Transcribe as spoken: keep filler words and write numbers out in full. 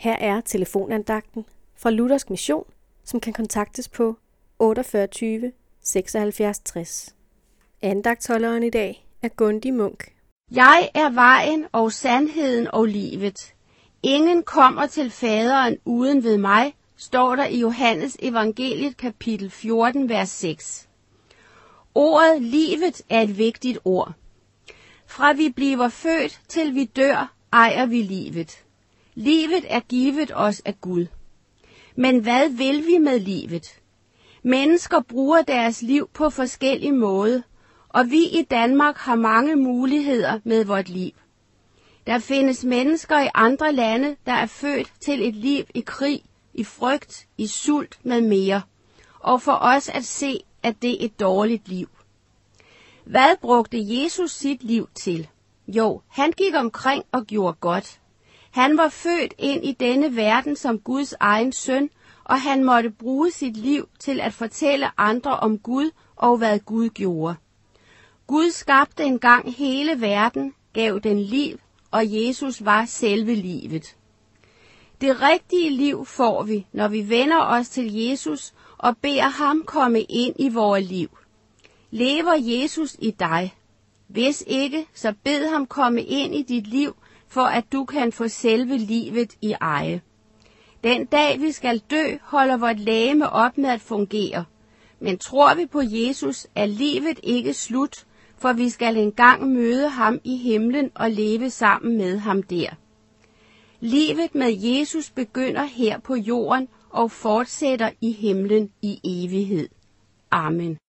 Her er telefonandagten fra Luthersk Mission, som kan kontaktes på otteogfyrre tyve seksoghalvfjerds tres. Andagtholderen i dag er Gundi Munk. Jeg er vejen og sandheden og livet. Ingen kommer til faderen uden ved mig, står der i Johannes evangeliet kapitel fjorten, vers seks. Ordet livet er et vigtigt ord. Fra vi bliver født til vi dør, ejer vi livet. Livet er givet os af Gud. Men hvad vil vi med livet? Mennesker bruger deres liv på forskellige måder, og vi i Danmark har mange muligheder med vort liv. Der findes mennesker i andre lande, der er født til et liv i krig, i frygt, i sult med mere, og for os at se, at det er et dårligt liv. Hvad brugte Jesus sit liv til? Jo, han gik omkring og gjorde godt. Han var født ind i denne verden som Guds egen søn, og han måtte bruge sit liv til at fortælle andre om Gud og hvad Gud gjorde. Gud skabte engang hele verden, gav den liv, og Jesus var selve livet. Det rigtige liv får vi, når vi vender os til Jesus og beder ham komme ind i vores liv. Lever Jesus i dig? Hvis ikke, så bed ham komme ind i dit liv, for at du kan få selve livet i eje. Den dag vi skal dø, holder vort legeme op med at fungere. Men tror vi på Jesus, er livet ikke slut, for vi skal engang møde ham i himlen og leve sammen med ham der. Livet med Jesus begynder her på jorden og fortsætter i himlen i evighed. Amen.